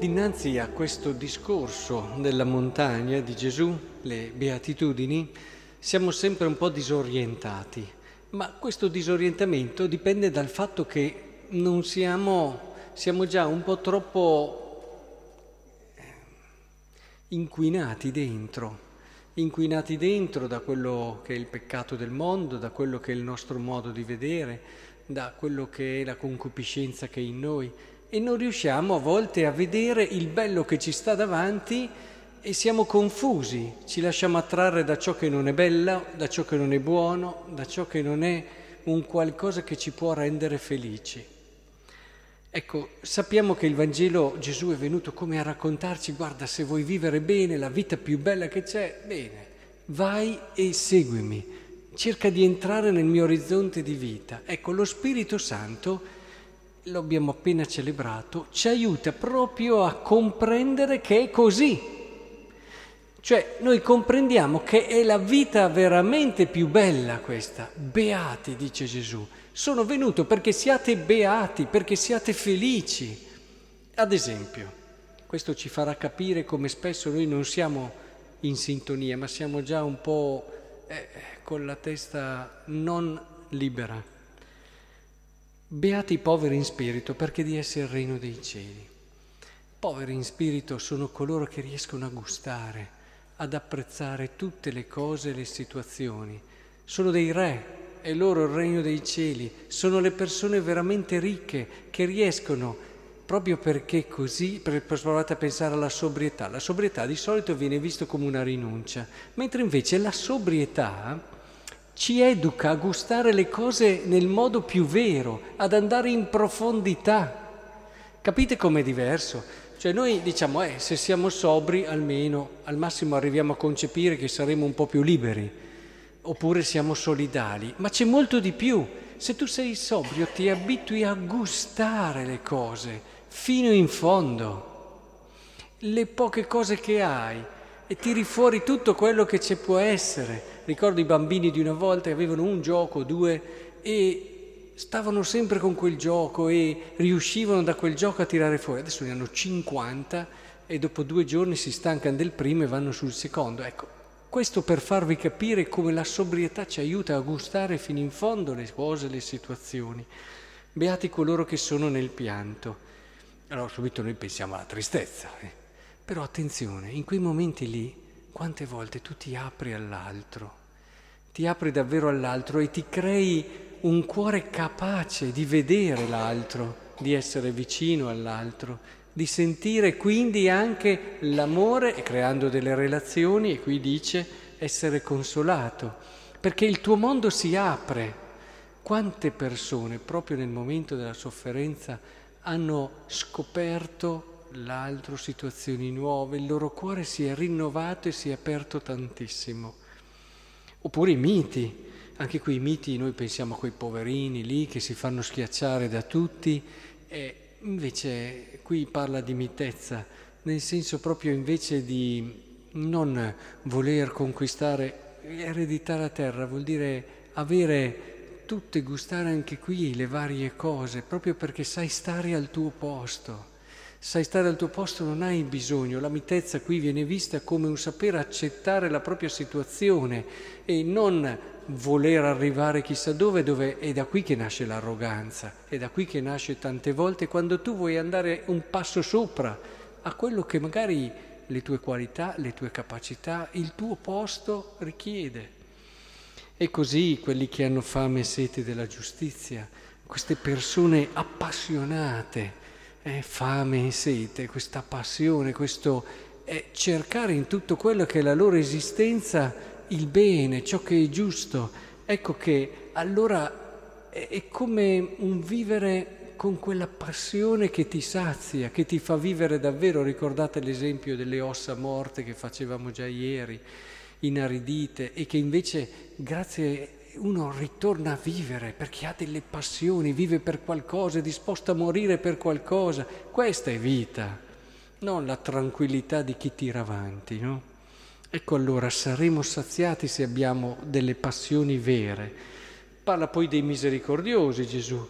Dinanzi a questo discorso della montagna di Gesù, le beatitudini, siamo sempre un po' disorientati, ma questo disorientamento dipende dal fatto che non siamo già un po' troppo inquinati dentro da quello che è il peccato del mondo, da quello che è il nostro modo di vedere, da quello che è la concupiscenza che è in noi, e non riusciamo a volte a vedere il bello che ci sta davanti e siamo confusi, ci lasciamo attrarre da ciò che non è bello, da ciò che non è buono, da ciò che non è un qualcosa che ci può rendere felici. Ecco, sappiamo che il Vangelo, Gesù è venuto come a raccontarci: guarda, se vuoi vivere bene, la vita più bella che c'è, bene, vai e seguimi, cerca di entrare nel mio orizzonte di vita. Ecco, lo Spirito Santo, lo abbiamo appena celebrato, ci aiuta proprio a comprendere che è così. Cioè, noi comprendiamo che è la vita veramente più bella questa. Beati, dice Gesù. Sono venuto perché siate beati, perché siate felici. Ad esempio, questo ci farà capire come spesso noi non siamo in sintonia, ma siamo già un po' con la testa non libera. Beati i poveri in spirito, perché di essi è il regno dei cieli. Poveri in spirito sono coloro che riescono a gustare, ad apprezzare tutte le cose e le situazioni. Sono dei re, è loro il regno dei cieli. Sono le persone veramente ricche che riescono, proprio perché così, provate a pensare alla sobrietà. La sobrietà di solito viene vista come una rinuncia, mentre invece la sobrietà ci educa a gustare le cose nel modo più vero, ad andare in profondità. Capite com'è diverso? Cioè noi diciamo, se siamo sobri almeno, al massimo arriviamo a concepire che saremo un po' più liberi, oppure siamo solidali, ma c'è molto di più. Se tu sei sobrio ti abitui a gustare le cose fino in fondo, le poche cose che hai, e tiri fuori tutto quello che ci può essere. Ricordo i bambini di una volta che avevano un gioco, due, e stavano sempre con quel gioco e riuscivano da quel gioco a tirare fuori. Adesso ne hanno 50 e dopo 2 giorni si stancano del primo e vanno sul secondo. Ecco, questo per farvi capire come la sobrietà ci aiuta a gustare fino in fondo le cose, le situazioni. Beati coloro che sono nel pianto. Allora subito noi pensiamo alla tristezza, Però attenzione, in quei momenti lì, quante volte tu ti apri all'altro, ti apri davvero all'altro e ti crei un cuore capace di vedere l'altro, di essere vicino all'altro, di sentire quindi anche l'amore, e creando delle relazioni, e qui dice essere consolato, perché il tuo mondo si apre. Quante persone proprio nel momento della sofferenza hanno scoperto l'altro, situazioni nuove, il loro cuore si è rinnovato e si è aperto tantissimo. Oppure i miti, anche qui i miti noi pensiamo a quei poverini lì che si fanno schiacciare da tutti, e invece qui parla di mitezza, nel senso proprio invece di non voler conquistare, ereditare la terra, vuol dire avere tutte, gustare anche qui le varie cose, proprio perché sai stare al tuo posto. Sai stare al tuo posto, non hai bisogno. La mitezza qui viene vista come un sapere accettare la propria situazione e non voler arrivare chissà dove è da qui che nasce l'arroganza, è da qui che nasce tante volte quando tu vuoi andare un passo sopra a quello che magari le tue qualità, le tue capacità, il tuo posto richiede. E così quelli che hanno fame e sete della giustizia, queste persone appassionate, fame e sete, questa passione, questo cercare in tutto quello che è la loro esistenza il bene, ciò che è giusto. Ecco che allora è come un vivere con quella passione che ti sazia, che ti fa vivere davvero. Ricordate l'esempio delle ossa morte che facevamo già ieri, inaridite, e che invece grazie uno ritorna a vivere perché ha delle passioni, vive per qualcosa, è disposto a morire per qualcosa. Questa è vita, non la tranquillità di chi tira avanti, no? Ecco, allora saremo saziati se abbiamo delle passioni vere. Parla poi dei misericordiosi Gesù,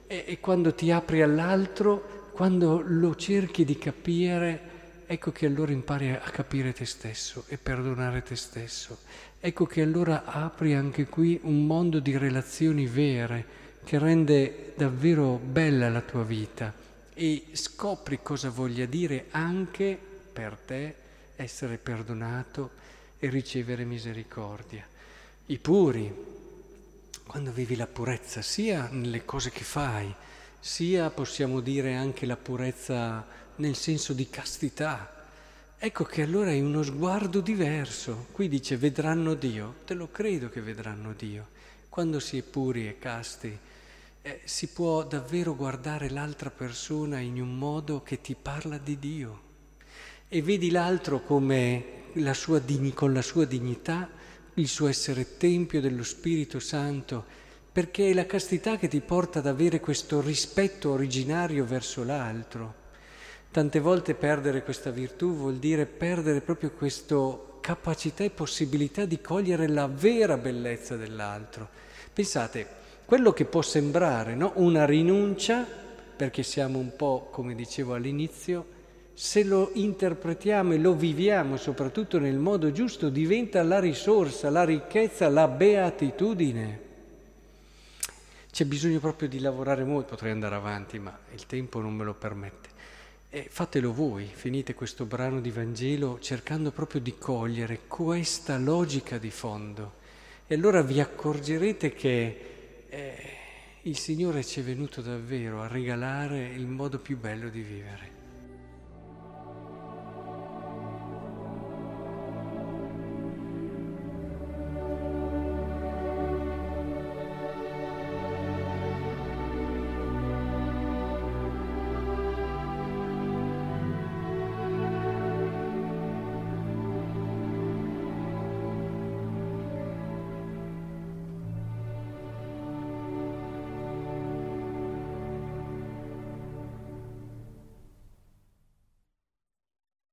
E quando ti apri all'altro, quando lo cerchi di capire, ecco che allora impari a capire te stesso e perdonare te stesso. Ecco che allora apri anche qui un mondo di relazioni vere che rende davvero bella la tua vita e scopri cosa voglia dire anche per te essere perdonato e ricevere misericordia. I puri, quando vivi la purezza, sia nelle cose che fai, sia possiamo dire anche la purezza nel senso di castità. Ecco che allora hai uno sguardo diverso. Qui dice vedranno Dio, te lo credo che vedranno Dio. Quando si è puri e casti, si può davvero guardare l'altra persona in un modo che ti parla di Dio. E vedi l'altro come con la sua dignità, il suo essere tempio dello Spirito Santo, perché è la castità che ti porta ad avere questo rispetto originario verso l'altro. Tante volte perdere questa virtù vuol dire perdere proprio questa capacità e possibilità di cogliere la vera bellezza dell'altro. Pensate, quello che può sembrare, no, una rinuncia, perché siamo un po', come dicevo all'inizio, se lo interpretiamo e lo viviamo soprattutto nel modo giusto, diventa la risorsa, la ricchezza, la beatitudine. C'è bisogno proprio di lavorare molto, potrei andare avanti, ma il tempo non me lo permette. E fatelo voi, finite questo brano di Vangelo cercando proprio di cogliere questa logica di fondo. E allora vi accorgerete che il Signore ci è venuto davvero a regalare il modo più bello di vivere.